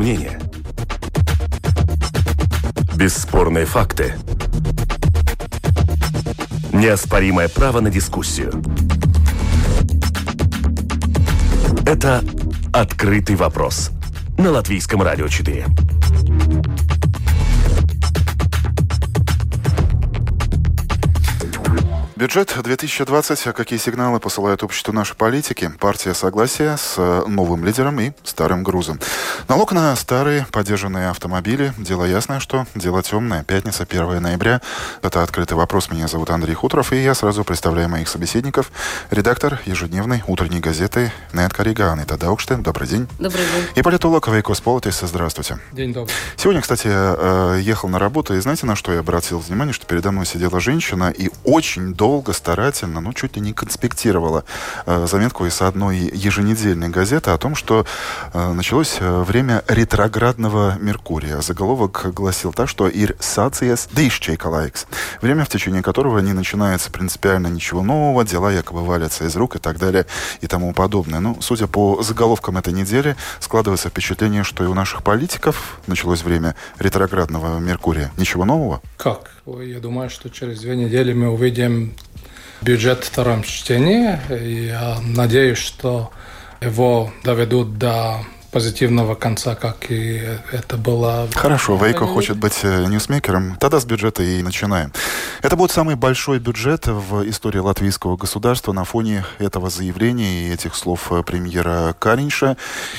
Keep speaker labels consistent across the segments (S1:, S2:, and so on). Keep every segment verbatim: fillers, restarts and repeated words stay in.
S1: мнения. Бесспорные факты. Неоспоримое право на дискуссию. Это «Открытый вопрос» на Латвийском радио четыре.
S2: Бюджет две тысячи двадцать. Какие сигналы посылают обществу наши политики? Партия согласия с новым лидером и старым грузом. Налог на старые подержанные автомобили. Дело ясное, что дело темное. Пятница, первое ноября. Это «Открытый вопрос». Меня зовут Андрей Хуторов, и я сразу представляю моих собеседников. Редактор ежедневной утренней газеты «Нет Карига» Анита Даукште. Добрый день.
S3: Добрый день.
S2: И политолог Вейко Сполотис. Здравствуйте.
S4: День добрый.
S2: Сегодня, кстати, я ехал на работу, и знаете, на что я обратил внимание? Что передо мной сидела женщина и очень долго долго, старательно, ну, чуть ли не конспектировала э, заметку из одной еженедельной газеты о том, что э, началось время ретроградного Меркурия. Заголовок гласил так, что «Ir sācies dīšķeika laiks». Время, в течение которого не начинается принципиально ничего нового, дела якобы валятся из рук и так далее и тому подобное. Ну, судя по заголовкам этой недели, складывается впечатление, что и у наших политиков началось время ретроградного Меркурия. Ничего нового?
S4: Как? Я думаю, что через две недели мы увидим бюджет в втором чтении. Я надеюсь, что его доведут до позитивного конца, как и это было.
S2: Хорошо, Вейко хочет быть ньюсмейкером. Тогда с бюджета и начинаем. Это будет самый большой бюджет в истории латвийского государства на фоне этого заявления и этих слов премьера Кариньша.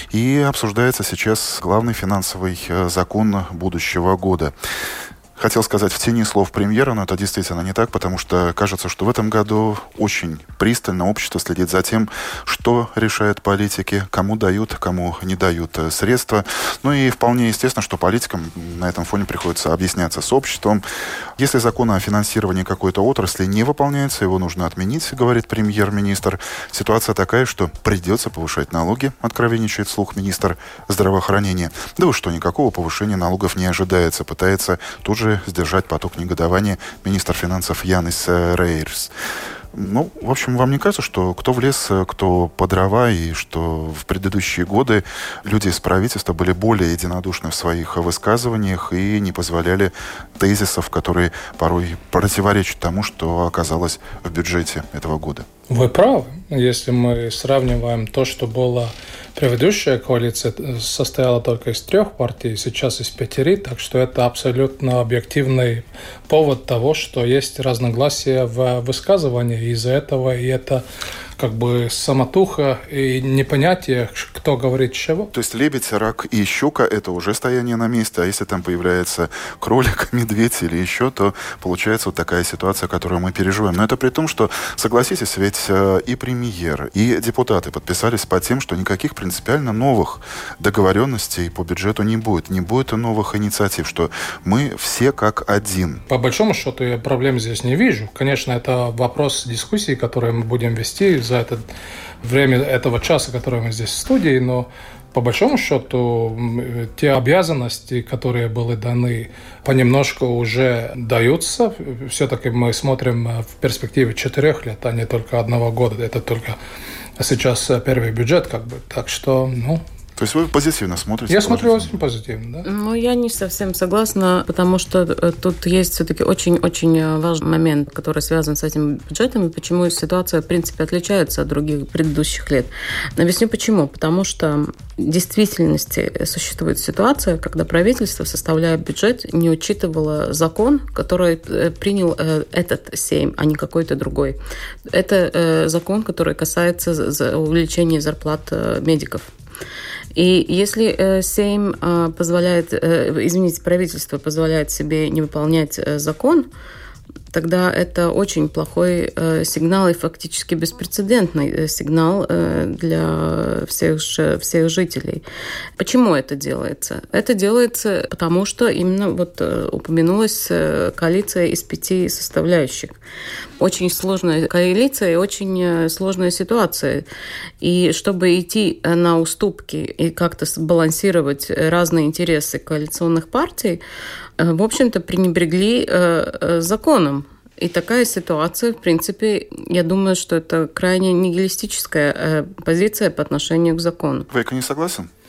S2: И обсуждается сейчас главный финансовый закон будущего года. Хотел сказать в тени слов премьера, но это действительно не так, потому что кажется, что в этом году очень пристально общество следит за тем, что решают политики, кому дают, кому не дают средства. Ну и вполне естественно, что политикам на этом фоне приходится объясняться с обществом. Если закон о финансировании какой-то отрасли не выполняется, его нужно отменить, говорит премьер-министр. Ситуация такая, что придется повышать налоги, откровенничает вслух министр здравоохранения. Да вы что, никакого повышения налогов не ожидается, пытается тут же сдержать поток негодования министр финансов Янис Рейерс. Ну, в общем, вам не кажется, что кто в лес, кто по дрова, и что в предыдущие годы люди из правительства были более единодушны в своих высказываниях и не позволяли тезисов, которые порой противоречат тому, что оказалось в бюджете этого года?
S4: Вы правы. Если мы сравниваем то, что было предыдущая коалиция, состояла только из трех партий, сейчас из пятеры, так что это абсолютно объективный повод того, что есть разногласия в высказывании. Из-за этого и это как бы самотуха и непонятие, кто говорит чего.
S2: То есть лебедь, рак и щука – это уже стояние на месте, а если там появляется кролик, медведь или еще, то получается вот такая ситуация, которую мы переживаем. Но это при том, что, согласитесь, ведь и премьер, и депутаты подписались под тем, что никаких принципиально новых договоренностей по бюджету не будет, не будет новых инициатив, что мы все как один.
S4: По большому счету я проблем здесь не вижу. Конечно, это вопрос дискуссии, который мы будем вести за это время этого часа, который мы здесь в студии, но по большому счету те обязанности, которые были даны, понемножку уже даются. Все-таки мы смотрим в перспективе четырех лет, а не только одного года. Это только сейчас первый бюджет, как бы. Так что, ну...
S2: То есть вы позитивно смотрите?
S4: Я смотрю очень позитивно, да.
S3: Ну, я не совсем согласна, потому что тут есть все-таки очень-очень важный момент, который связан с этим бюджетом, и почему ситуация, в принципе, отличается от других предыдущих лет. Объясню почему. Потому что в действительности существует ситуация, когда правительство, составляя бюджет, не учитывало закон, который принял этот Сейм, а не какой-то другой. Это закон, который касается увеличения зарплат медиков. И если э, Сейм э, позволяет, э, извините, правительство позволяет себе не выполнять э, закон, тогда это очень плохой э, сигнал и фактически беспрецедентный э, сигнал э, для всех, всех жителей. Почему это делается? Это делается потому, что именно вот э, упомянулась э, коалиция из пяти составляющих. Очень сложная коалиция и очень сложная ситуация. И чтобы идти на уступки и как-то сбалансировать разные интересы коалиционных партий, в общем-то, пренебрегли законом. И такая ситуация, в принципе, я думаю, что это крайне нигилистическая позиция по отношению к закону.
S2: Вейко не согласен?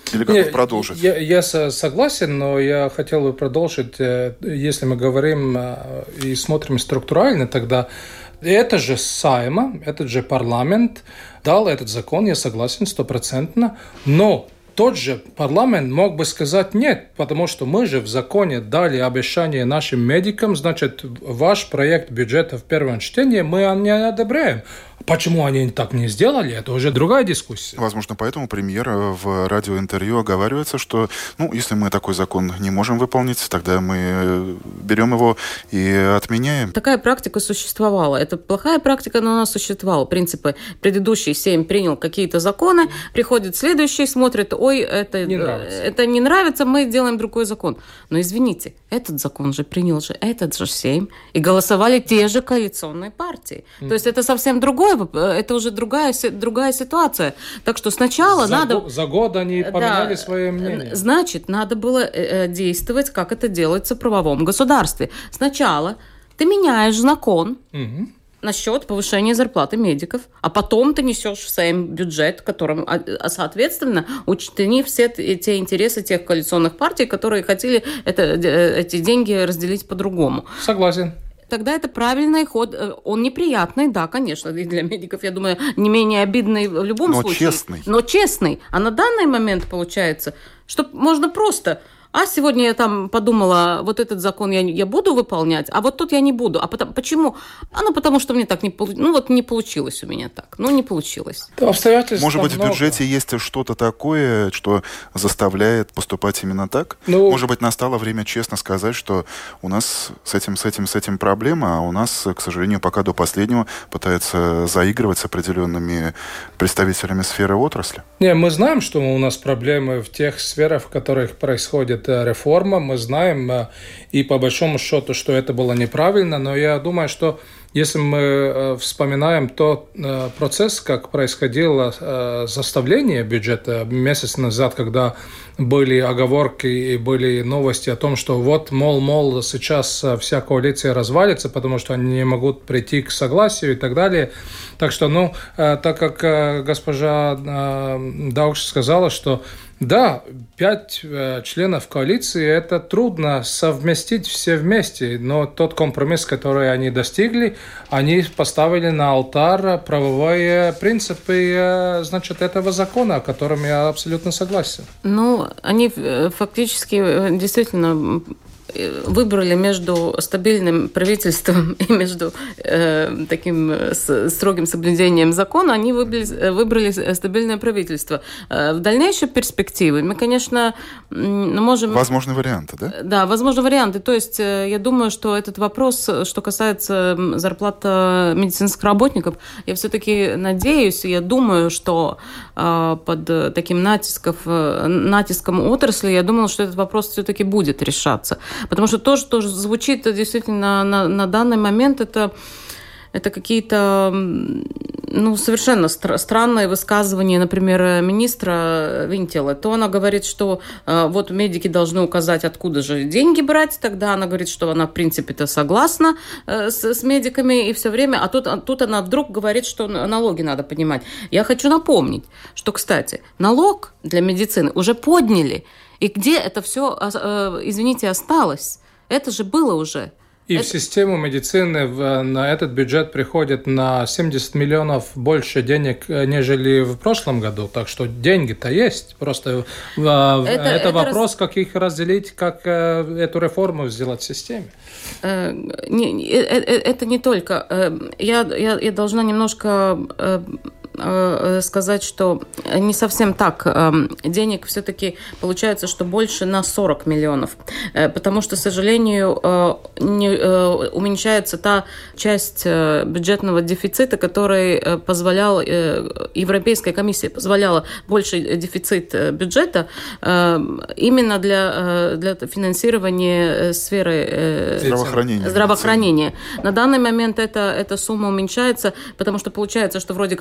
S2: Или как продолжить?
S4: Я, я согласен, но я хотел бы продолжить. Если мы говорим и смотрим структурально, тогда это же Сайма, этот же парламент дал этот закон, я согласен стопроцентно, но тот же парламент мог бы сказать нет, потому что мы же в законе дали обещание нашим медикам, значит, ваш проект бюджета в первом чтении мы не одобряем. Почему они так не сделали, это уже другая дискуссия.
S2: Возможно, поэтому премьер в радиоинтервью оговаривается, что, ну, если мы такой закон не можем выполнить, тогда мы берем его и отменяем.
S3: Такая практика существовала. Это плохая практика, но она существовала. Принципы предыдущий Сейм принял какие-то законы, приходит следующий, смотрит, ой, это не нравится, это не нравится, мы делаем другой закон. Но извините, этот закон же принял же этот же Сейм, и голосовали те же коалиционные партии. Mm. То есть это совсем другое. Это уже другая, другая ситуация. Так что сначала
S4: за
S3: надо...
S4: Го- за год они поменяли да, свое мнение.
S3: Значит, надо было э, действовать, как это делается в правовом государстве. Сначала ты меняешь закон угу. насчет повышения зарплаты медиков, а потом ты несешь в Сейм бюджет, которым, соответственно, учтены все те интересы тех коалиционных партий, которые хотели это, эти деньги разделить по-другому.
S4: Согласен.
S3: Тогда это правильный ход. Он неприятный, да, конечно, и для медиков, я думаю, не менее обидный в любом
S2: но
S3: случае.
S2: Честный.
S3: Но честный. А на данный момент получается, что можно просто... А сегодня я там подумала, вот этот закон я, я буду выполнять, а вот тут я не буду. А потом, почему? А ну, потому что мне так не получилось. Ну, вот не получилось у меня так. Ну, не получилось.
S4: Обстоятельств
S2: Может быть,
S4: много.
S2: В бюджете есть что-то такое, что заставляет поступать именно так?
S4: Ну,
S2: Может быть, настало время честно сказать, что у нас с этим, с этим, с этим проблема, а у нас, к сожалению, пока до последнего пытаются заигрывать с определенными представителями сферы отрасли?
S4: Не, мы знаем, что у нас проблемы в тех сферах, в которых происходит реформа. Мы знаем и по большому счету, что это было неправильно, но я думаю, что если мы вспоминаем тот процесс, как происходило составление бюджета месяц назад, когда были оговорки и были новости о том, что вот, мол, мол, сейчас вся коалиция развалится, потому что они не могут прийти к согласию и так далее. Так что, ну, так как госпожа Даукш сказала, что да, пять э, членов коалиции – это трудно совместить все вместе, но тот компромисс, который они достигли, они поставили на алтарь правовые принципы, э, значит, этого закона, о котором я абсолютно согласен.
S3: Ну, они фактически действительно выбрали между стабильным правительством и между э, таким с, строгим соблюдением закона, они выбрали, выбрали стабильное правительство. Э, в дальнейшей перспективе мы, конечно, можем...
S2: Возможны варианты, да?
S3: Да, возможны варианты. То есть э, я думаю, что этот вопрос, что касается зарплаты медицинских работников, я все-таки надеюсь, я думаю, что э, под таким натиском, натиском отрасли, я думаю, что этот вопрос все-таки будет решаться. Потому что то, что звучит действительно на, на данный момент, это, это какие-то ну, совершенно стр- странные высказывания, например, министра Винтела. То она говорит, что э, вот медики должны указать, откуда же деньги брать. Тогда она говорит, что она, в принципе-то, согласна э, с, с медиками и все время. А тут, а тут она вдруг говорит, что налоги надо поднимать. Я хочу напомнить, что, кстати, налог для медицины уже подняли. И где это все, извините, осталось? Это же было уже.
S4: И
S3: это...
S4: в систему медицины в, на этот бюджет приходит на семьдесят миллионов больше денег, нежели в прошлом году. Так что деньги-то есть. Просто это, это, это вопрос, раз... как их разделить, как эту реформу сделать в системе.
S3: Не, это не только. Я, я, я должна немножко... сказать, что не совсем так. Денег все-таки получается, что больше на сорок миллионов. Потому что, к сожалению, не уменьшается та часть бюджетного дефицита, который позволял, Европейская комиссия позволяла больший дефицит бюджета именно для, для финансирования сферы
S2: здравоохранения.
S3: здравоохранения. На данный момент эта, эта сумма уменьшается, потому что получается, что вроде как деньги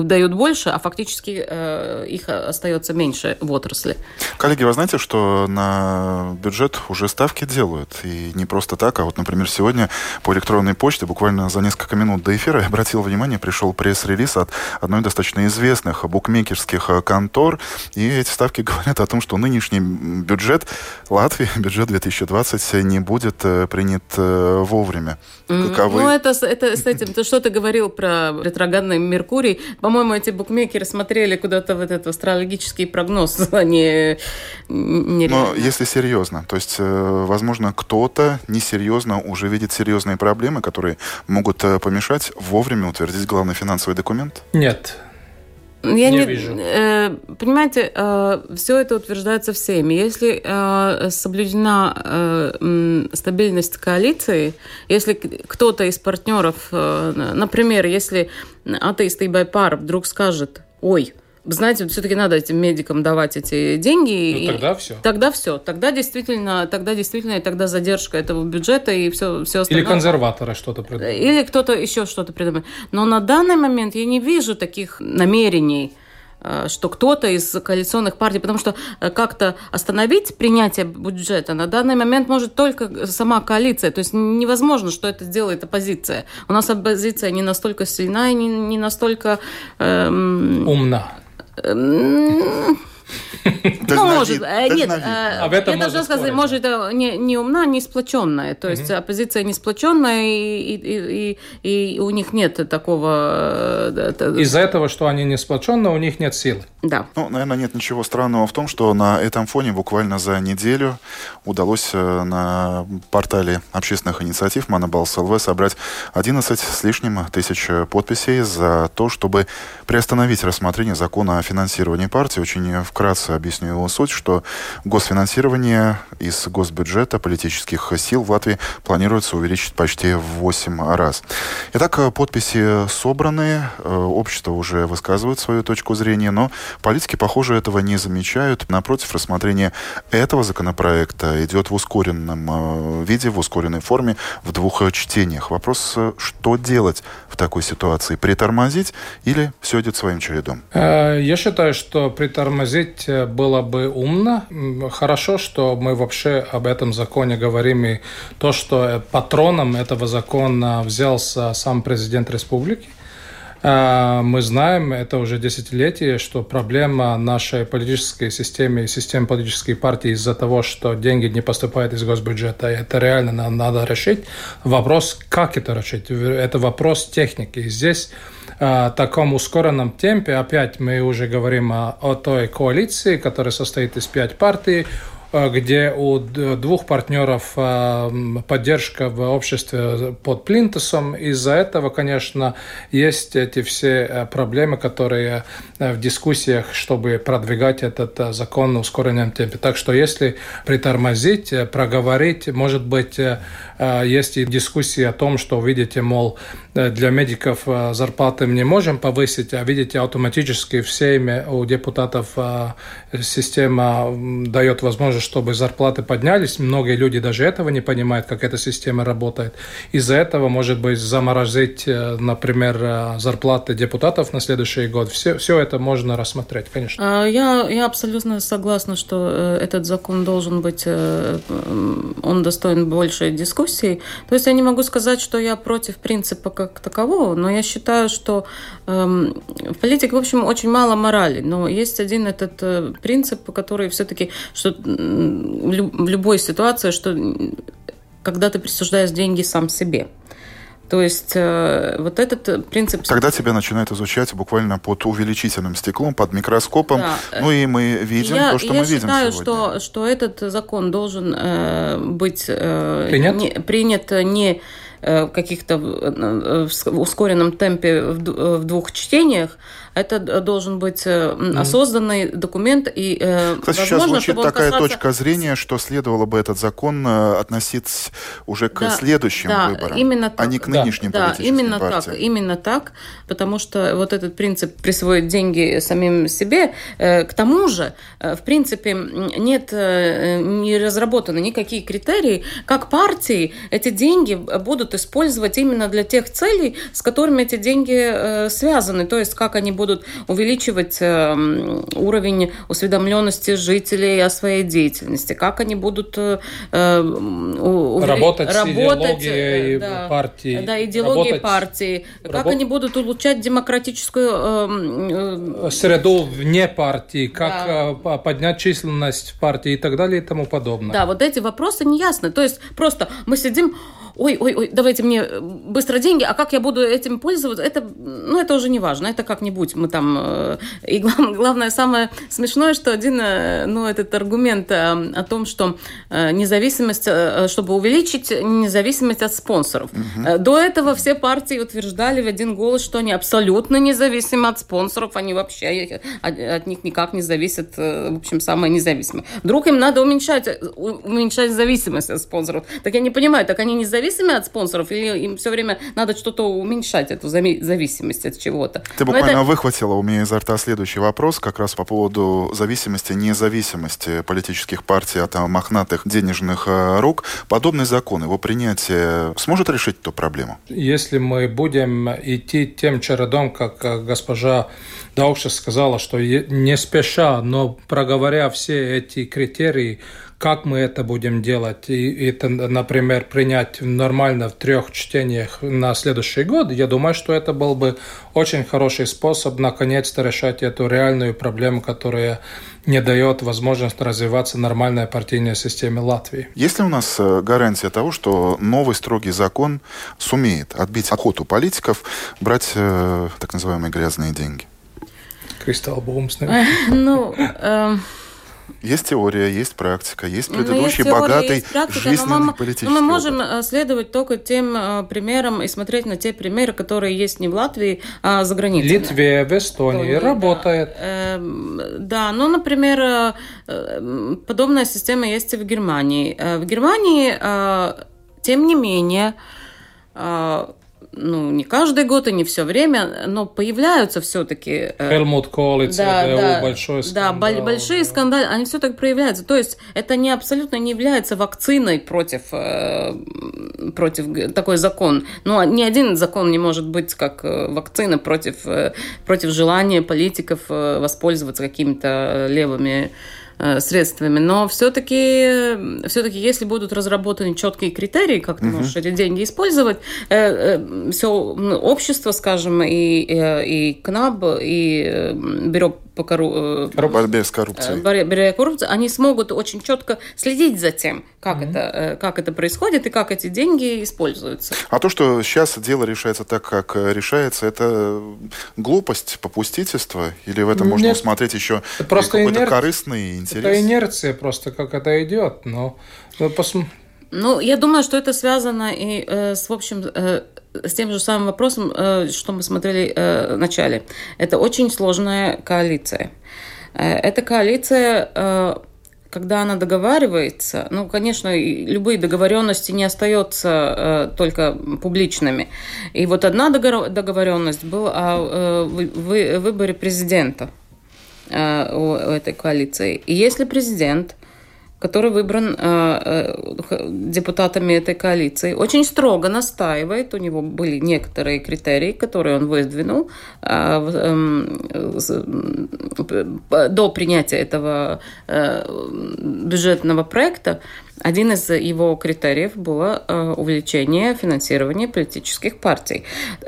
S3: дают больше, а фактически э, их остается меньше в отрасли.
S2: Коллеги, вы знаете, что на бюджет уже ставки делают? И не просто так, а вот, например, сегодня по электронной почте буквально за несколько минут до эфира я обратил внимание, пришел пресс-релиз от одной достаточно известных букмекерских контор, и эти ставки говорят о том, что нынешний бюджет Латвии, бюджет две тысячи двадцать, не будет принят вовремя. Каковы...
S3: Ну, это, это с этим, то, что ты говорил про ретроградный Меркурий, по-моему, эти букмекеры смотрели куда-то в этот астрологический прогноз, а не, не
S2: Но если серьезно, то есть, возможно, кто-то несерьезно уже видит серьезные проблемы, которые могут помешать вовремя утвердить главный финансовый документ?
S4: Нет.
S3: Я
S4: не,
S3: не
S4: вижу.
S3: Э, понимаете, э, все это утверждается всеми. Если э, соблюдена э, стабильность коалиции, если кто-то из партнеров, э, например, если Attīstībai par вдруг скажет: ой, знаете, все-таки надо этим медикам давать эти деньги.
S4: Ну, тогда все.
S3: Тогда все. Тогда действительно, тогда действительно, и тогда задержка этого бюджета и все, все остальное.
S4: Или консерваторы что-то придумают.
S3: Или кто-то еще что-то придумает. Но на данный момент я не вижу таких намерений, что кто-то из коалиционных партий, потому что как-то остановить принятие бюджета на данный момент может только сама коалиция. То есть невозможно, что это сделает оппозиция. У нас оппозиция не настолько сильна и не, не настолько... Эм...
S4: умна.
S3: Ну, может, нет,
S4: а
S3: я должна сказать, может, не, не умна, не сплоченная. То есть mm-hmm. оппозиция не сплоченная, и, и, и, и у них нет такого...
S4: Из-за этого, что они не сплоченные, у них нет силы.
S3: Да.
S2: Ну, наверное, нет ничего странного в том, что на этом фоне буквально за неделю удалось на портале общественных инициатив Манабалс точка эл ви собрать одиннадцать с лишним тысяч подписей за то, чтобы приостановить рассмотрение закона о финансировании партии. Очень вкратце объясню его суть, что госфинансирование из госбюджета политических сил в Латвии планируется увеличить почти в восемь раз. Итак, подписи собраны, общество уже высказывает свою точку зрения, но политики, похоже, этого не замечают. Напротив, рассмотрение этого законопроекта идет в ускоренном виде, в ускоренной форме, в двух чтениях. Вопрос, что делать в такой ситуации? Притормозить или все идет своим чередом?
S4: Я считаю, что притормозить было бы умно. Хорошо, что мы вообще об этом законе говорим, и то, что патроном этого закона взялся сам президент республики. Мы знаем, это уже десятилетие, что проблема нашей политической системы и системы политической партии из-за того, что деньги не поступают из госбюджета. Это реально нам надо решить. Вопрос, как это решить, это вопрос техники. И здесь в таком ускоренном темпе, опять мы уже говорим о, о той коалиции, которая состоит из пяти партий, где у двух партнеров поддержка в обществе под плинтусом. Из-за этого, конечно, есть эти все проблемы, которые в дискуссиях, чтобы продвигать этот закон в ускоренном темпе. Так что если притормозить, проговорить, может быть, есть и дискуссии о том, что, видите, мол, для медиков зарплаты мы не можем повысить, а, видите, автоматически всеми у депутатов система дает возможность, чтобы зарплаты поднялись. Многие люди даже этого не понимают, как эта система работает. Из-за этого, может быть, заморозить, например, зарплаты депутатов на следующий год. Все, все это можно рассмотреть, конечно.
S3: Я, я абсолютно согласна, что этот закон должен быть, он достоин большей дискуссии. То есть я не могу сказать, что я против принципа как такового, но я считаю, что эм, в политике, в общем, очень мало морали. Но есть один этот э, принцип, который все-таки, что в любой ситуации, что когда ты присуждаешь деньги сам себе. То есть э, вот этот принцип...
S2: Когда тебя начинают изучать буквально под увеличительным стеклом, под микроскопом, да. Ну и мы видим я, то, что мы видим сегодня. Я
S3: считаю, что, что этот закон должен э, быть э, принят? Не, принят не в каких-то в ускоренном темпе в двух чтениях. Это должен быть осознанный mm-hmm. документ. И,
S2: Кстати, возможно, сейчас звучит такая касаться... точка зрения, что следовало бы этот закон относиться уже к да, следующим
S3: да,
S2: выборам,
S3: именно так.
S2: а не к нынешним
S3: да,
S2: политическим
S3: да, именно
S2: партиям.
S3: Так, именно так, потому что вот этот принцип присвоить деньги самим себе, к тому же, в принципе, нет, не разработаны никакие критерии, как партии эти деньги будут использовать именно для тех целей, с которыми эти деньги связаны, то есть как они будут будут увеличивать уровень осведомленности жителей о своей деятельности, как они будут увели...
S4: работать,
S3: работать
S4: с идеологией
S3: да,
S4: партии,
S3: да, идеологией
S4: работать,
S3: партии, как
S4: работ...
S3: они будут улучшать демократическую э,
S4: среду вне партии, как
S3: да.
S4: поднять численность в партии и так далее и тому подобное.
S3: Да, вот эти вопросы неясны. То есть просто мы сидим, ой, ой, ой, давайте мне быстро деньги, а как я буду этим пользоваться, это, ну, это уже не важно, это как-нибудь мы там... И главное, самое смешное, что один, ну, этот аргумент о том, что независимость, чтобы увеличить независимость от спонсоров. Угу. До этого все партии утверждали в один голос, что они абсолютно независимы от спонсоров, они вообще от них никак не зависят, в общем, самые независимые. Вдруг им надо уменьшать, уменьшать зависимость от спонсоров. Так я не понимаю, так они независимы от спонсоров или им все время надо что-то уменьшать, эту зависимость от чего-то?
S2: Ты буквально это... выхватила у меня изо рта следующий вопрос, как раз по поводу зависимости, независимости политических партий от мохнатых денежных рук. Подобный закон, его принятие сможет решить эту проблему?
S4: Если мы будем идти тем чередом, как госпожа Даукшис сказала, что не спеша, но проговоря все эти критерии, как мы это будем делать, и это, например, принять нормально в трех чтениях на следующий год, я думаю, что это был бы очень хороший способ наконец-то решать эту реальную проблему, которая не дает возможность развиваться нормальной партийной системе Латвии.
S2: Есть ли у нас гарантия того, что новый строгий закон сумеет отбить охоту политиков брать э, так называемые грязные деньги?
S4: Кристалл Бумс,
S3: Ну...
S2: Есть теория, есть практика, есть предыдущий
S3: ну, есть
S2: богатый
S3: есть практика,
S2: жизненный
S3: но мы,
S2: политический
S3: но мы можем
S2: опыт.
S3: следовать только тем э, примерам и смотреть на те примеры, которые есть не в Латвии, а за границей.
S4: В Литве, в Эстонии
S3: да.
S4: работает.
S3: Э, э, да, ну, например, э, подобная система есть и в Германии. Э, в Германии, э, тем не менее, э, ну, не каждый год и не все время, но появляются все-таки...
S4: Хельмут Коль,
S3: да,
S4: ЦДУ,
S3: да,
S4: большой скандал.
S3: Да, большие да. скандалы, они все-таки проявляются. То есть это не абсолютно не является вакциной против, против такой закон. Ну, ни один закон не может быть как вакцина против, против желания политиков воспользоваться какими-то левыми средствами, но все-таки, все-таки, если будут разработаны четкие критерии, как ты можешь uh-huh. эти деньги использовать, э, э, все общество, скажем, и, и, и КНАБ, и Бюро по кору...
S2: борьбе с коррупцией.
S3: Борьбе с коррупцией, они смогут очень четко следить за тем, как, uh-huh. это, как это происходит и как эти деньги используются.
S2: А то, что сейчас дело решается так, как решается, это глупость, попустительство? Или в этом можно
S4: Нет,
S2: усмотреть еще
S4: просто
S2: какой-то
S4: инер...
S2: корыстный интерес?
S4: Это инерция просто, как это идет. Но...
S3: Ну, я думаю, что это связано и э, с, в общем, э, с тем же самым вопросом, э, что мы смотрели э, в начале. Это очень сложная коалиция. Э, эта коалиция, э, когда она договаривается, ну, конечно, любые договоренности не остаются э, только публичными. И вот одна договоренность была о э, выборе президента э, у этой коалиции. И если президент, который выбран э, э, депутатами этой коалиции, очень строго настаивает, у него были некоторые критерии, которые он выдвинул э, э, э, до принятия этого э, бюджетного проекта. Один из его критериев было э, увеличение финансирования политических партий.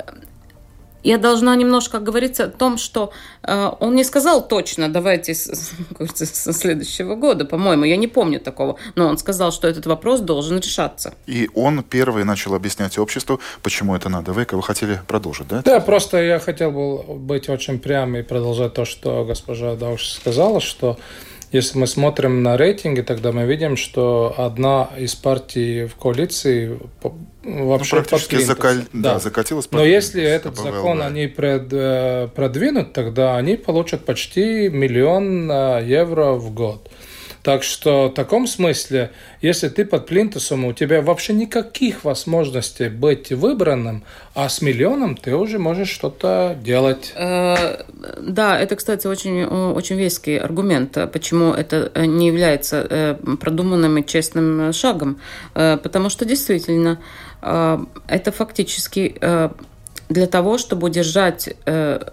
S3: Я должна немножко говориться о том, что э, он не сказал точно, давайте с, с, со следующего года, по-моему, я не помню такого, но он сказал, что этот вопрос должен решаться.
S2: И он первый начал объяснять обществу, почему это надо. Вы, вы хотели продолжить, да?
S4: Да, просто я хотел бы быть очень прям и продолжать то, что госпожа Даукшис сказала, что если мы смотрим на рейтинги, тогда мы видим, что одна из партий в коалиции вообще
S2: ну, практически закаль... да. Да, закатилась.
S4: Но если этот закон они пред... продвинут, тогда они получат почти миллион евро в год. Так что в таком смысле, если ты под плинтусом, у тебя вообще никаких возможностей быть выбранным, а с миллионом ты уже можешь что-то делать.
S3: Да, это, кстати, очень, очень веский аргумент, почему это не является продуманным и честным шагом. Потому что действительно это фактически для того, чтобы удержать ту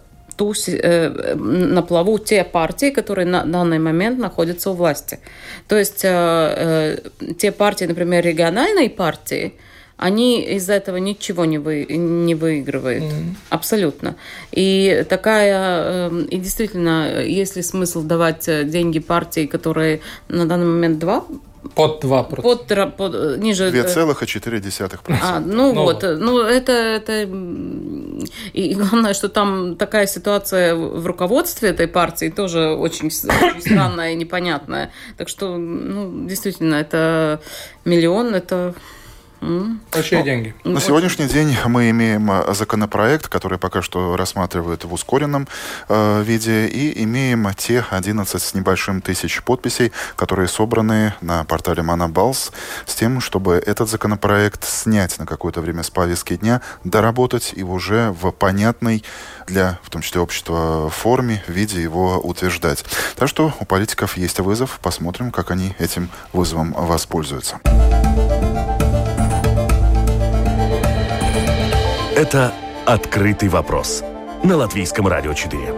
S3: ту, на плаву те партии, которые на данный момент находятся у власти. То есть те партии, например, региональные партии, они из-за этого ничего не, вы, не выигрывают. Mm-hmm. Абсолютно. И такая... И действительно, есть ли смысл давать деньги партии, которые на данный момент два...
S4: Под два процента.
S3: Под, под, ниже...
S2: две целых четыре десятых процента.
S3: А, ну, ну вот. Ну, это... это... И главное, что там такая ситуация в руководстве этой партии тоже очень, очень странная и непонятная. Так что, ну, действительно, это миллион, это...
S4: Большие ну, деньги.
S2: На сегодняшний день мы имеем законопроект, который пока что рассматривают в ускоренном э, виде, и имеем те одиннадцать с небольшим тысяч подписей, которые собраны на портале Монобалс, с тем, чтобы этот законопроект снять на какое-то время с повестки дня, доработать и уже в понятной для, в том числе, общества форме, виде его утверждать. Так что у политиков есть вызов. Посмотрим, как они этим вызовом воспользуются.
S1: Это «Открытый вопрос» на Латвийском радио четыре.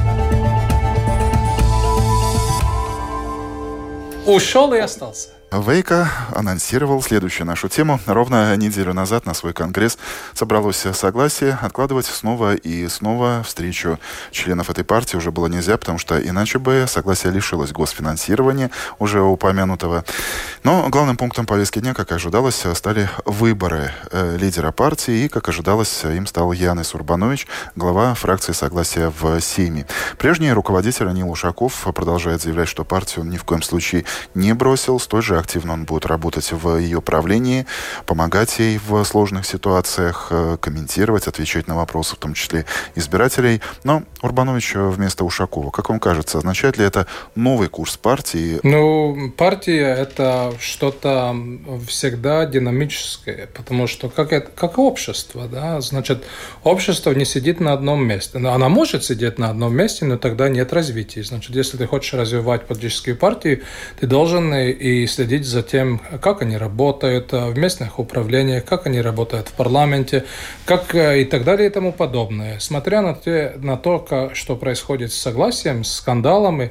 S4: Ушел и остался.
S2: Вейка анонсировал следующую нашу тему. Ровно неделю назад на свой конгресс собралось согласие откладывать снова и снова встречу членов этой партии уже было нельзя, потому что иначе бы согласие лишилось госфинансирования уже упомянутого. Но главным пунктом повестки дня, как и ожидалось, стали выборы э, лидера партии, и, как ожидалось, им стал Янис Урбанович, глава фракции «Согласие» в Сейме. Прежний руководитель Анил Ушаков продолжает заявлять, что партию он ни в коем случае не бросил, столь же активно он будет работать в ее правлении, помогать ей в сложных ситуациях, комментировать, отвечать на вопросы, в том числе избирателей. Но Урбанович вместо Ушакова, как вам кажется, означает ли это новый курс партии?
S4: Ну, партия – это что-то всегда динамическое, потому что как, это, как общество, да, значит, общество не сидит на одном месте. Она может сидеть на одном месте, но тогда нет развития. Значит, если ты хочешь развивать политические партии, ты должен и следить за тем, как они работают в местных управлениях, как они работают в парламенте, как и так далее и тому подобное. Смотря на, те, на то, что происходит с согласием, с скандалами,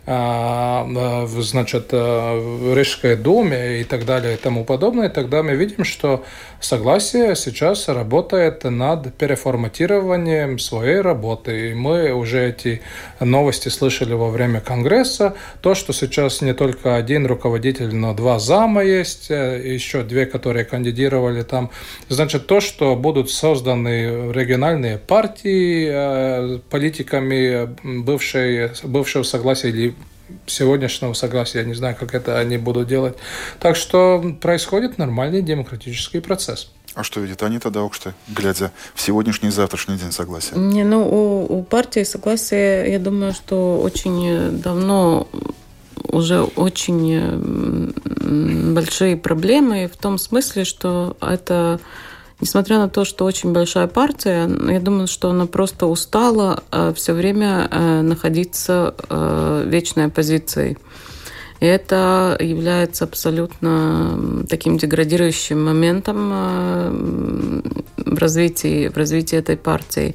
S4: значит, в Рижской думе и так далее и тому подобное, тогда мы видим, что согласие сейчас работает над переформатированием своей работы. И мы уже эти новости слышали во время Конгресса. То, что сейчас не только один руководитель, но два зама есть, еще две, которые кандидировали там. Значит, то, что будут созданы региональные партии политиками бывшей, бывшего согласия или сегодняшнего согласия, я не знаю, как это они будут делать. Так что происходит нормальный демократический процесс.
S2: А что видит Анита Даукште, глядя в сегодняшний и завтрашний день согласия?
S3: Не, ну, у, у партии согласия, я думаю, что очень давно уже очень большие проблемы в том смысле, что это... Несмотря на то, что очень большая партия, я думаю, что она просто устала все время находиться в вечной оппозиции. И это является абсолютно таким деградирующим моментом в развитии, в развитии этой партии.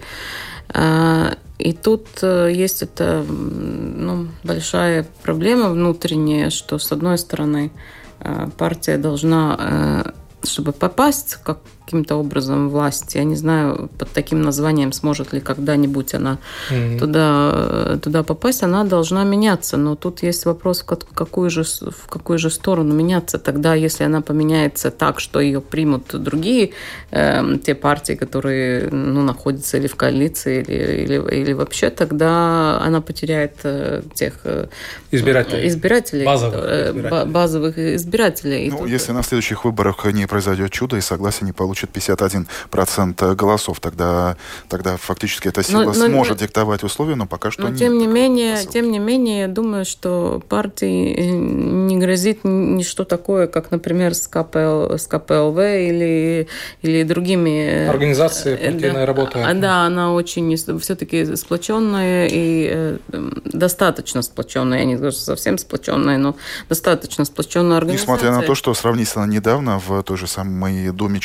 S3: И тут есть эта ну, большая проблема внутренняя, что, с одной стороны, партия должна, чтобы попасть как каким-то образом власти. Я не знаю, под таким названием сможет ли когда-нибудь она mm-hmm. туда, туда попасть. Она должна меняться. Но тут есть вопрос, в какую же, в какую же сторону меняться. Тогда, если она поменяется так, что ее примут другие э, те партии, которые ну, находятся или в коалиции, или, или, или вообще, тогда она потеряет э, тех э, избирателей, избирателей
S4: базовых,
S3: э,
S4: избирателей.
S3: базовых избирателей.
S2: Ну,
S3: тут...
S2: Если на следующих выборах не произойдет чудо и согласие не получит пятьдесят один процент голосов, тогда, тогда фактически эта сила но, сможет но, диктовать условия, но пока что
S3: но
S2: нет.
S3: Тем не менее, тем не менее, я думаю, что партии не грозит ничто такое, как, например, с ка пэ эл, с ка пэ эл вэ или, или другими...
S4: Организации партийной
S3: да,
S4: работы.
S3: Да, она очень все-таки сплоченная и достаточно сплоченная. Я не говорю, что совсем сплоченная, но достаточно сплоченная организация.
S2: Несмотря на то, что сравнительно недавно в той же самой Думе четверка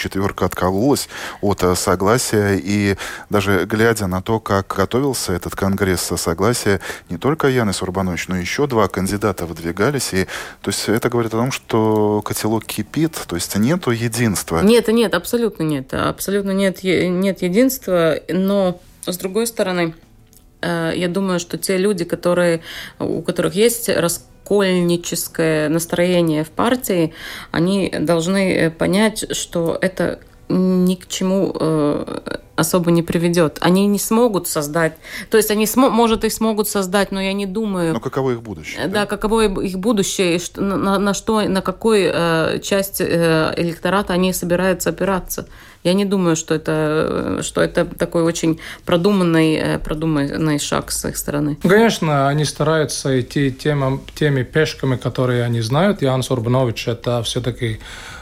S2: откололась от согласия. И даже глядя на то, как готовился этот конгресс согласия, не только Янис Урбанович, но еще два кандидата выдвигались. И, то есть это говорит о том, что котелок кипит, то есть нету единства.
S3: Нет, нет, абсолютно нет. Абсолютно нет, нет единства. Но, с другой стороны, я думаю, что те люди, которые, у которых есть раскольническое настроение в партии, они должны понять, что это ни к чему особо не приведет. Они не смогут создать, то есть они, смо, может, и смогут создать, но я не думаю...
S2: Но каково их будущее?
S3: Да, да? каково их будущее, и на, на что, на какой э, часть э, электората они собираются опираться. Я не думаю, что это, что это такой очень продуманный, продуманный шаг с их стороны.
S4: Конечно, они стараются идти теми, теми пешками, которые они знают. Янис Урбанович – это все-таки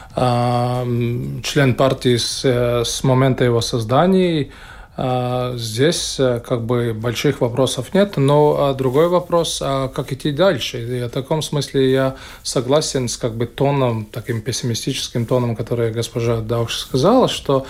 S4: член партии с, с момента его создания. Здесь как бы больших вопросов нет, но другой вопрос, а как идти дальше? И в таком смысле я согласен с как бы тоном, таким пессимистическим тоном, который госпожа Даукш сказала, что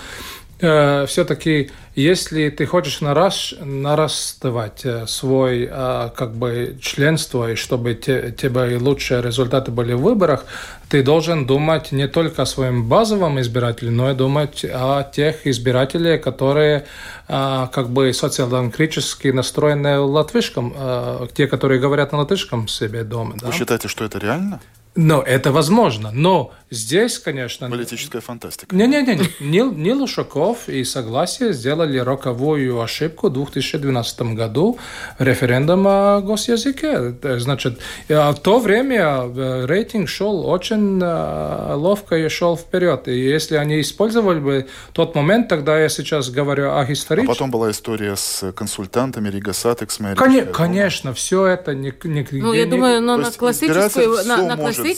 S4: э, все-таки если ты хочешь наращ, нарастывать свой э, как бы членство, и чтобы те, тебе лучшие результаты были в выборах, ты должен думать не только о своем базовом избирателе, но и думать о тех избирателях, которые э, как бы социал-демократически настроены латышском, э, те, которые говорят на латышском себе дома. Да?
S2: Вы считаете, что это реально?
S4: Ну, это возможно, но здесь, конечно...
S2: Политическая фантастика.
S4: Не-не-не, Нил, Нил Ушаков и Согласие сделали роковую ошибку в две тысячи двенадцатом году референдум о госязыке. Значит, в то время рейтинг шел очень ловко и шел вперед. И если они использовали бы тот момент, тогда я сейчас говорю о историческом...
S2: А потом была история с консультантами, Рига Сатекс, Мэрия.
S4: Кон- конечно, все это... Не, не,
S3: ну, я
S4: не,
S3: думаю, но на
S2: есть
S3: классическую... На, на
S2: классическую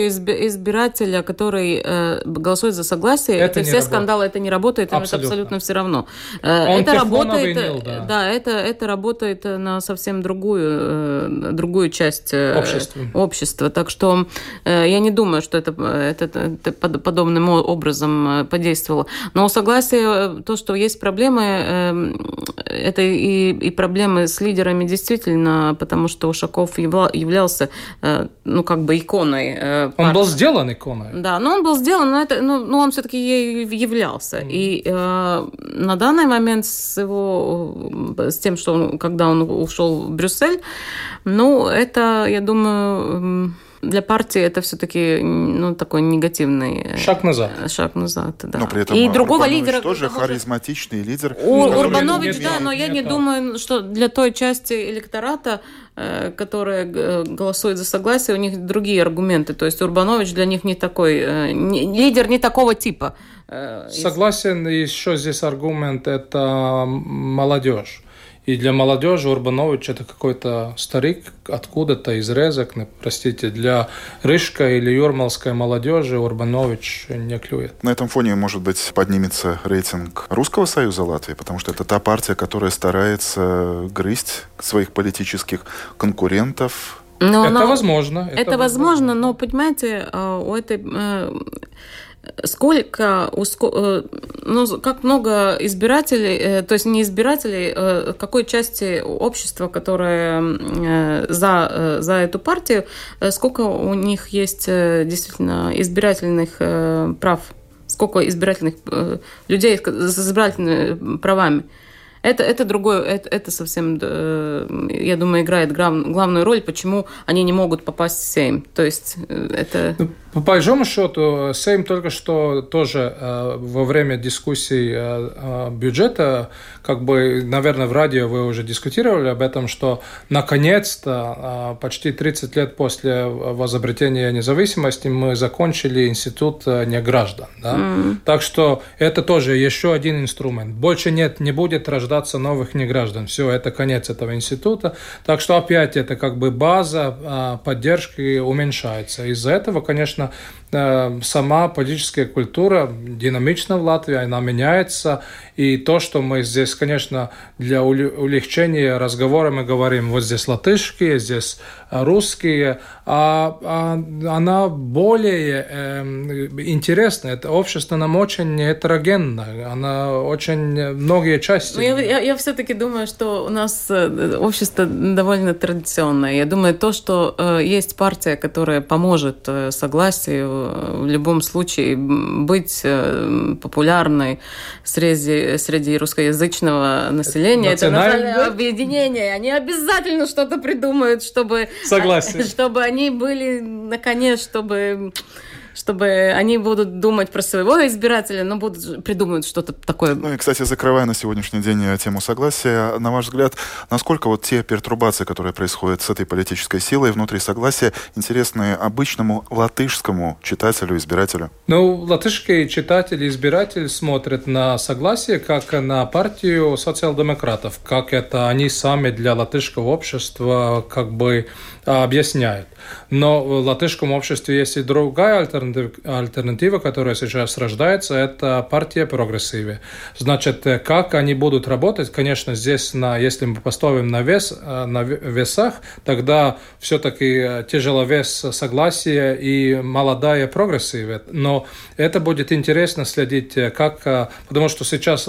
S3: избирателя, который э, голосует за согласие,
S4: это
S3: это все
S4: работает.
S3: Скандалы, это не работает, им
S4: абсолютно.
S3: это абсолютно все равно.
S4: Э,
S3: это работает,
S4: Нил, да.
S3: да, это, это работает на совсем другую, э, другую часть э,
S4: общества.
S3: общества. Так что э, я не думаю, что это, это, это подобным образом подействовало. Но у Согласия то, что есть проблемы, э, это и, и проблемы с лидерами действительно, потому что Ушаков являлся, э, ну, как бы иконой. Э,
S4: он был сделан иконой.
S3: Да, но он был сделан, но, это, ну, но он все-таки ей являлся. Mm. И э, на данный момент с его, с тем, что он, когда он ушел в Брюссель, ну, это, я думаю, для партии это все-таки, ну, такой негативный
S4: шаг назад.
S3: Шаг назад, да.
S2: Но при этом
S3: и другого
S2: Урбанович
S3: лидера
S2: тоже харизматичный лидер.
S3: У, Урбанович,
S4: не,
S3: да,
S4: не,
S3: но
S4: не,
S3: я
S4: не
S3: не
S4: так.
S3: думаю, что для той части электората, которая голосует за Согласие, у них другие аргументы. То есть Урбанович для них не такой, не, лидер не такого типа.
S4: Согласен, еще здесь аргумент – это молодежь. И для молодежи Урбанович – это какой-то старик откуда-то из Резекне, простите. Для рижской или юрмалской молодежи Урбанович не клюет.
S2: На этом фоне, может быть, поднимется рейтинг Русского Союза Латвии, потому что это та партия, которая старается грызть своих политических конкурентов.
S3: Но,
S4: это
S3: но,
S4: возможно.
S3: Это, это возможно, но, понимаете, у этой... Сколько, ну, как много избирателей, то есть не избирателей, какой части общества, которая за, за эту партию, сколько у них есть действительно избирательных прав, сколько избирательных людей с избирательными правами. Это, это другое, это, это совсем, я думаю, играет главную роль, почему они не могут попасть в Сейм. То есть это...
S4: По большому счету, Сейм только что тоже э, во время дискуссий э, э, бюджета, как бы, наверное, в радио вы уже дискутировали об этом, что наконец-то, э, почти тридцать лет после возобретения независимости, мы закончили институт э, неграждан. Да? Mm-hmm. Так что это тоже еще один инструмент. Больше нет, не будет рождаться новых неграждан. Все, это конец этого института. Так что опять это как бы база э, поддержки уменьшается. Из-за этого, конечно, сама политическая культура динамична в Латвии, она меняется. И то, что мы здесь, конечно, для улегчения разговора мы говорим, вот здесь латышские, здесь русские, а, а она более э, интересна. Это общество нам очень гетерогенно, она очень многие части.
S3: Я, я, я все-таки думаю, что у нас общество довольно традиционное. Я думаю, то, что э, есть партия, которая поможет э, согласию в любом случае быть э, популярной среди, среди русскоязычного населения, это национальное объединение. Они обязательно что-то придумают, чтобы,
S4: Согласен.
S3: чтобы они были, наконец, чтобы... чтобы они будут думать про своего избирателя, но будут придумывать что-то такое.
S2: Ну и, кстати, закрывая на сегодняшний день тему согласия, на ваш взгляд, насколько вот те пертурбации, которые происходят с этой политической силой внутри согласия, интересны обычному латышскому читателю, избирателю?
S4: Ну, латышские читатели и избиратели смотрят на согласие как на партию социал-демократов, как это они сами для латышского общества как бы объясняют. Но в латышском обществе есть и другая альтернатива, альтернатива, которая сейчас рождается, это партия прогрессиве. Значит, как они будут работать, конечно, здесь, на, если мы поставим на, вес, на весах, тогда все-таки тяжеловес согласия и молодая прогрессиве. Но это будет интересно следить, как, потому что сейчас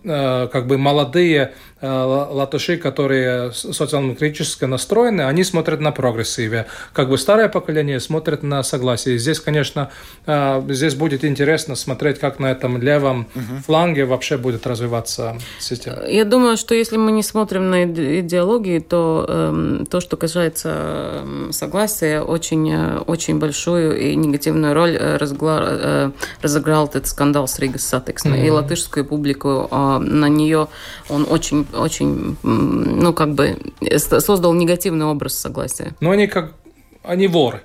S4: как бы молодые латыши, которые социал-демократически настроены, они смотрят на прогрессиве. Как бы старое поколение смотрит на согласие. Здесь, конечно, здесь будет интересно смотреть, как на этом левом угу. фланге вообще будет развиваться система.
S3: Я думаю, что если мы не смотрим на идеологии, то э, то, что касается согласия, очень, очень большую и негативную роль разгла, э, разыграл этот скандал с Риgas Satiksme. Mm-hmm. И латышскую публику э, на нее он очень, очень, ну, как бы создал негативный образ согласия.
S4: Но они как они воры.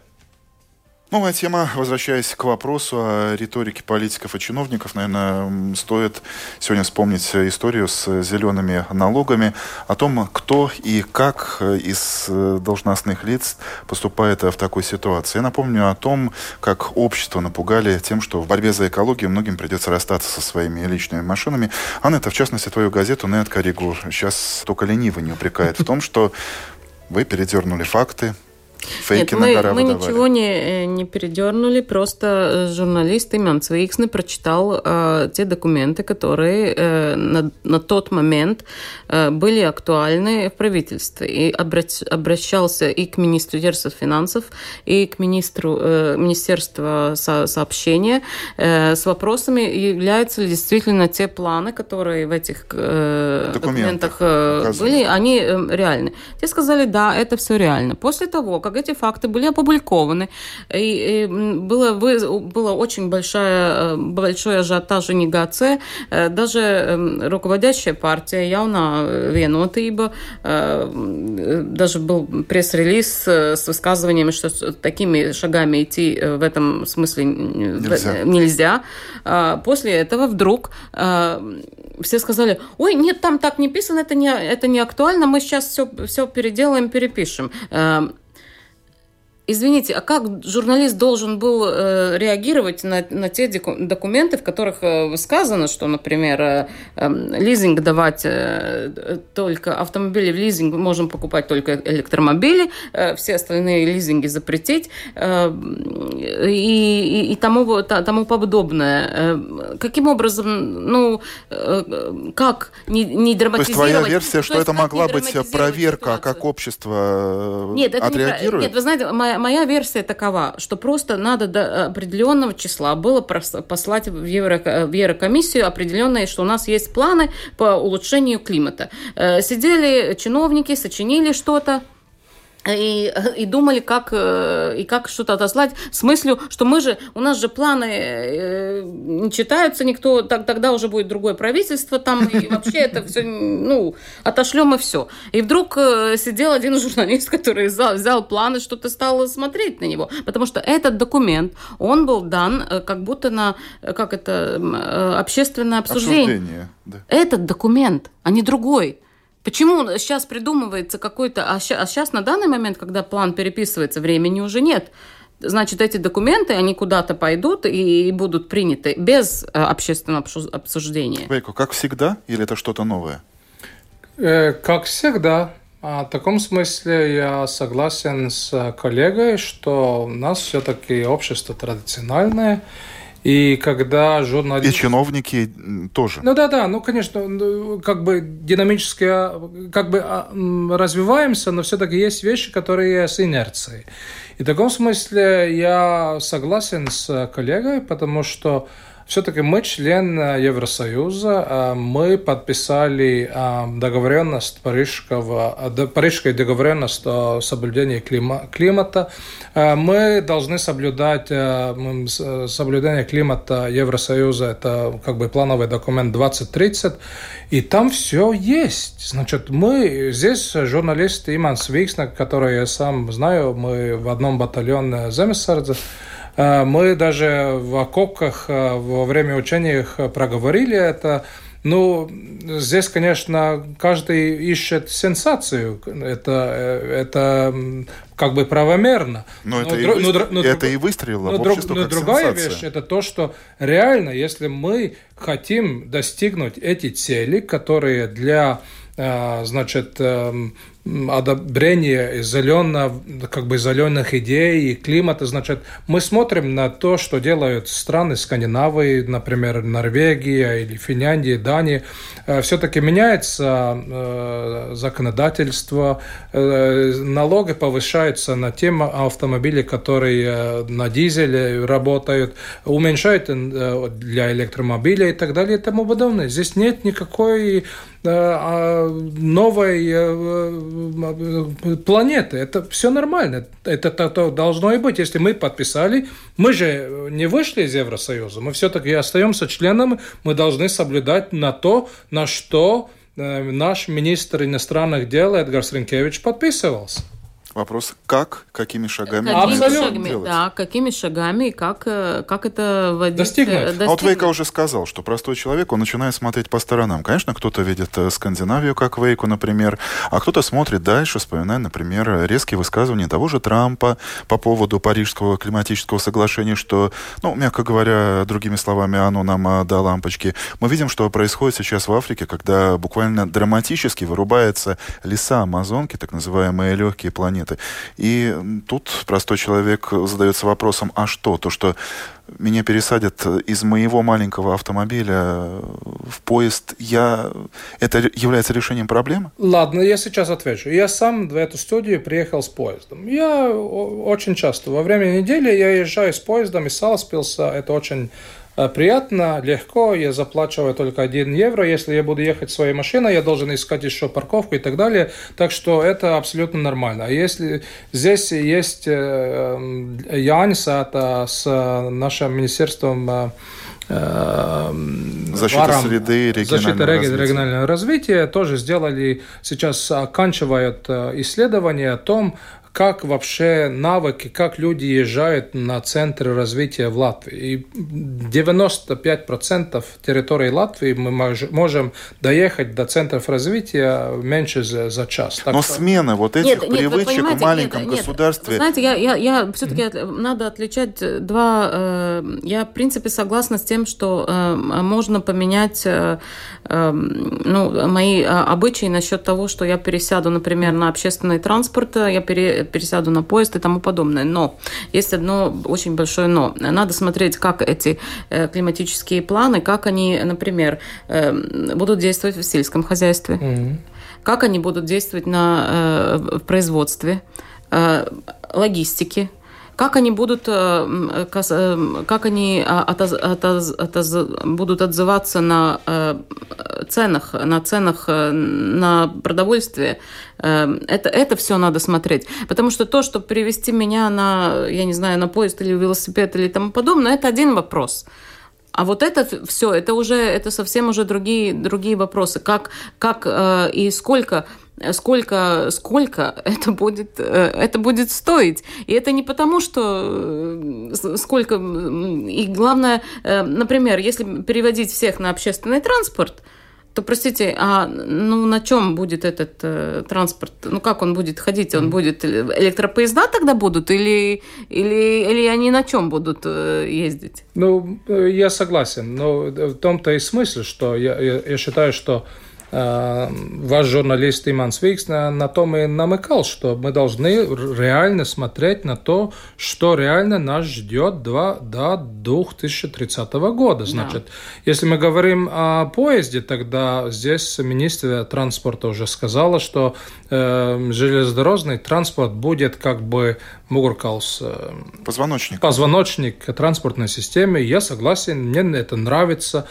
S2: Новая тема, возвращаясь к вопросу о риторике политиков и чиновников, наверное, стоит сегодня вспомнить историю с зелеными налогами, о том, кто и как из должностных лиц поступает в такой ситуации. Я напомню о том, как общество напугали тем, что в борьбе за экологию многим придется расстаться со своими личными машинами. Анетта, в частности, твою газету «Нет Корригу» сейчас только лениво не упрекает в том, что вы передернули факты. Фейки
S3: Нет, мы, мы ничего не, не передернули, просто журналист Иман Цвейксне прочитал э, те документы, которые э, на, на тот момент э, были актуальны в правительстве. И обращ, обращался и к Министерству финансов, и к министру, э, Министерству со, сообщения э, с вопросами, являются ли действительно те планы, которые в этих э, документах э, были, они э, реальны. Те сказали, да, это все реально. После того, как эти факты были опубликованы, и, и было, было очень большая, большой ажиотаж и негация. Даже руководящая партия Jaunā Vienotība, даже был пресс-релиз с высказываниями, что такими шагами идти в этом смысле нельзя. нельзя. После этого вдруг все сказали, ой, нет, там так не писано, это не, это не актуально, мы сейчас все, все переделаем, перепишем. Извините, а как журналист должен был э, реагировать на, на те документы, в которых э, сказано, что, например, э, э, лизинг давать э, только автомобили в лизинг, мы можем покупать только электромобили, э, все остальные лизинги запретить э, и, и, и тому, тому подобное. Э, каким образом, ну, э, как не, не драматизировать...
S2: То есть твоя версия, что это могла быть проверка, ситуацию? Как общество
S3: Нет,
S2: отреагирует?
S3: Не, нет, вы знаете, моя Моя версия такова, что просто надо до определенного числа было послать в, Евро, в Еврокомиссию определенные, что у нас есть планы по улучшению климата. Сидели чиновники, сочинили что-то. И, и думали, как, и как что-то отослать, с мыслью, что мы же, у нас же планы не читаются, никто, так, тогда уже будет другое правительство там, и вообще это все, ну, отошлем и все. И вдруг сидел один журналист, который взял, взял планы, что-то стал смотреть на него, потому что этот документ, он был дан как будто на, как это, общественное обсуждение.
S2: Обсуждение, да.
S3: Этот документ, а не другой. Почему сейчас придумывается какой-то... А сейчас на данный момент, когда план переписывается, времени уже нет. значит, эти документы, они куда-то пойдут и будут приняты без общественного обсуждения.
S2: Вейко, как всегда или это что-то новое?
S4: Как всегда. В таком смысле я согласен с коллегой, что у нас все-таки общество традициональное. И когда журналисты...
S2: И чиновники тоже.
S4: Ну да, да, ну конечно, как бы динамически как бы развиваемся, но все-таки есть вещи, которые с инерцией. И в таком смысле я согласен с коллегой, потому что все-таки мы член Евросоюза, мы подписали договоренность Парижского, Парижской договоренность о соблюдении климата. Мы должны соблюдать соблюдение климата Евросоюза, это как бы плановый документ двадцать тридцать, и там все есть. Значит, мы здесь журналист Иманс Викснак, который я сам знаю, мы в одном батальоне Земесардзе. Мы даже в окопках во время учений проговорили это. Ну, здесь, конечно, каждый ищет сенсацию. Это, это как бы правомерно.
S2: Но, но, это,
S4: но,
S2: и,
S4: но,
S2: выстр...
S4: но,
S2: это и выстрелило
S4: но,
S2: в общество
S4: но
S2: как
S4: другая
S2: сенсация.
S4: Вещь – это то, что реально, если мы хотим достигнуть эти цели, которые для, значит, одобрения зелено, как бы зеленых идей и климата, значит, мы смотрим на то, что делают страны Скандинавии, например, Норвегия или Финляндия, Дания. Все-таки меняется законодательство, налоги повышаются на те автомобили, которые на дизеле работают, уменьшают для электромобилей и так далее и тому подобное. Здесь нет никакой новой планеты. Это все нормально. Это то должно и быть. Если мы подписали, мы же не вышли из Евросоюза, мы все-таки остаемся членами, мы должны соблюдать на то, на что наш министр иностранных дел Эдгар Ринкевич подписывался.
S2: Вопрос, как, какими шагами
S3: какими
S2: это
S3: шагами,
S2: делать?
S3: Да, какими шагами и как, как это вводить,
S4: достигнуть.
S3: достигнуть.
S2: А вот Вейко уже сказал, что простой человек, он начинает смотреть по сторонам. Конечно, кто-то видит Скандинавию, как Вейко, например, а кто-то смотрит дальше, вспоминая, например, резкие высказывания того же Трампа по поводу Парижского климатического соглашения, что, ну, мягко говоря, другими словами, оно нам до лампочки. Мы видим, что происходит сейчас в Африке, когда буквально драматически вырубаются леса Амазонки, так называемые легкие планеты. И тут простой человек задается вопросом, а что? То, что меня пересадят из моего маленького автомобиля в поезд, я... это является решением проблемы?
S4: Ладно, я сейчас отвечу. Я сам в эту студию приехал с поездом. Я очень часто во время недели я езжаю с поездом из Саласпилса. Это очень приятно, легко, я заплачиваю только один евро. Если я буду ехать своей машиной, я должен искать еще парковку и так далее. Так что это абсолютно нормально. А если здесь есть Янис, это с нашим министерством
S2: защиты
S4: Варам,
S2: среды, регионального
S4: защиты
S2: развития.
S4: регионального развития, тоже сделали, сейчас оканчивают исследования о том, как вообще навыки, как люди езжают на центры развития в Латвии. И девяносто пять процентов территории Латвии мы можем доехать до центров развития меньше за, за час. Так
S2: Но
S4: что...
S2: смена вот этих
S3: нет,
S2: привычек
S3: нет,
S2: в маленьком
S3: нет,
S2: государстве...
S3: Нет. Знаете, я, я, я все-таки mm-hmm. надо отличать два... Э, я, в принципе, согласна с тем, что э, можно поменять э, э, ну, мои обычаи насчет того, что я пересяду, например, на общественный транспорт, я пере, пересяду на поезд и тому подобное. Но есть одно очень большое но. Надо смотреть, как эти э, климатические планы, как они, например, э, будут действовать в сельском хозяйстве, mm-hmm. как они будут действовать на, э, в производстве, э, логистике, как они будут, как они отоз, отоз, отоз, будут отзываться на ценах, на ценах на продовольствие. Это, это все надо смотреть. Потому что то, чтобы перевести меня на, я не знаю, на поезд или велосипед или тому подобное, это один вопрос. А вот это все, это уже, это совсем уже другие, другие вопросы. Как, как э, и сколько, сколько, сколько это будет, э, это будет стоить. И это не потому, что э, сколько... И главное, э, например, если переводить всех на общественный транспорт, то, простите, а ну, на чем будет этот э, транспорт? Ну, как он будет ходить? Он будет... Электропоезда тогда будут? Или, или, или они на чем будут э, ездить?
S4: Ну, я согласен. Но в том-то и смысл, что я, я, я считаю, что ваш журналист Иман Свикс на, на том и намекал, что мы должны реально смотреть на то, что реально нас ждет до, до две тысячи тридцатого года. Значит, да. Если мы говорим о поезде, тогда здесь министр транспорта уже сказала, что э, железнодорожный транспорт будет как бы Мугуркаус, э,
S2: позвоночник.
S4: позвоночник транспортной системы. Я согласен, мне это нравится.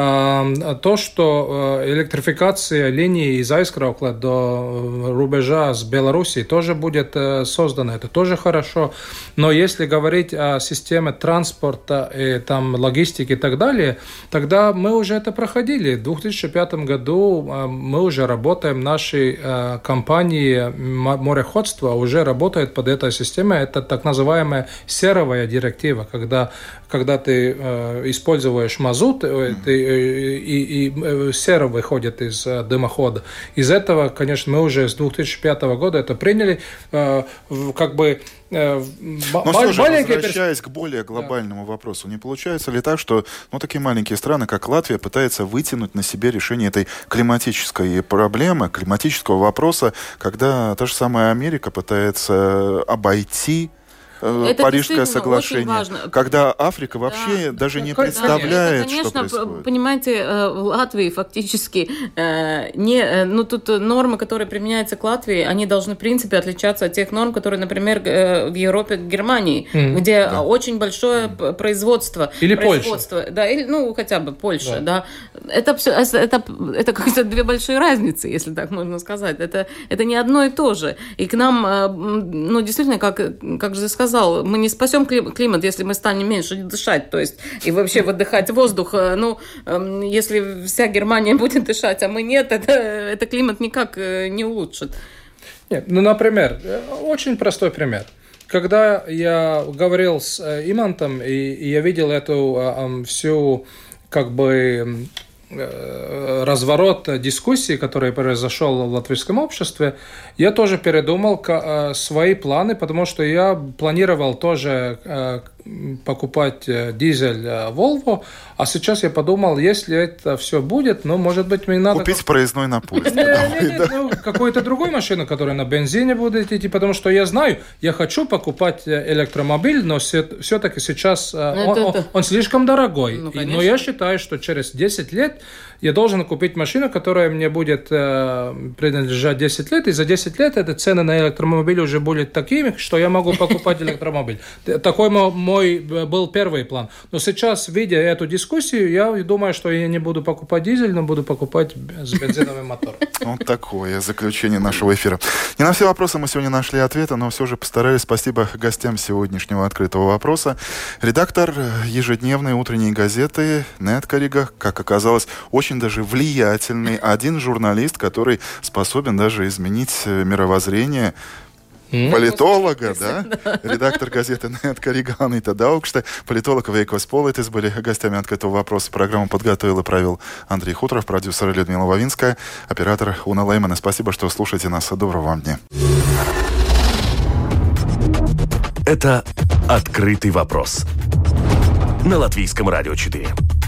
S4: Э, то, что э, электрификация линии из Aizkraukla до рубежа с Белоруссией тоже будет создана, это тоже хорошо. Но если говорить о системе транспорта, и, там, логистики и так далее, тогда мы уже это проходили. В две тысячи пятом году мы уже работаем, наши компании мореходства уже работают под этой системой. Это так называемая серовая директива, когда, когда ты используешь мазут, mm-hmm. ты, и, и сера выходит из дымохода. Из этого, конечно, мы уже с две тысячи пятого года это приняли, э, как бы э,
S2: Но б- все же, возвращаясь перс... к более глобальному да. вопросу, не получается ли так, что ну, такие маленькие страны, как Латвия, пытаются вытянуть на себе решение этой климатической проблемы, климатического вопроса, когда та же самая Америка пытается обойти Это Парижское соглашение, когда Африка вообще да. даже не представляет,
S3: это, конечно,
S2: что происходит.
S3: Понимаете, в Латвии фактически не, ну тут нормы, которые применяются к Латвии, они должны в принципе отличаться от тех норм, которые, например, в Европе, к Германии, mm. где да. очень большое mm. производство.
S4: Или
S3: производство,
S4: Польша.
S3: Да, или, ну хотя бы Польша, да. да. Это, это, это какие-то две большие разницы, если так можно сказать. Это, это не одно и то же. И к нам, ну действительно, как, как же сказать, мы не спасем климат, если мы станем меньше дышать, то есть и вообще выдыхать воздух. Ну, если вся Германия будет дышать, а мы нет, это, это климат никак не улучшит.
S4: Нет, ну, например, очень простой пример. Когда я говорил с Имантом, и, и я видел эту всю, как бы, разворот дискуссии, который произошел в латвийском обществе, я тоже передумал свои планы, потому что я планировал тоже покупать дизель Volvo, а сейчас я подумал, если это все будет, ну, может быть, мне надо...
S2: Купить проездной на поезд.
S4: Какую-то другую машину, которая на бензине будет идти, потому что я знаю, я хочу покупать электромобиль, но все-таки сейчас он слишком дорогой. Но я считаю, что через десять лет я должен купить машину, которая мне будет принадлежать десять лет, и за десять лет эти цены на электромобиль уже будут такими, что я могу покупать электромобиль. Такой мой был первый план. Но сейчас, видя эту дискуссию, я думаю, что я не буду покупать дизель, но буду покупать с бензиновым мотором.
S2: Вот такое заключение нашего эфира. Не на все вопросы мы сегодня нашли ответы, но все же постарались. Спасибо гостям сегодняшнего открытого вопроса. Редактор ежедневной утренней газеты Неат Карига, как оказалось, очень даже влиятельный. Один журналист, который способен даже изменить мировоззрение Mm. политолога, да? да? Редактор газеты Неат Карига Анита Даукште, политолог Вейкос Политис были гостями открытого вопроса. Программу подготовил и провел Андрей Хуторов, продюсер Людмила Вавинская, оператор Уна Леймана. Спасибо, что слушаете нас. Доброго вам дня.
S1: Это «Открытый вопрос» на Латвийском радио четыре.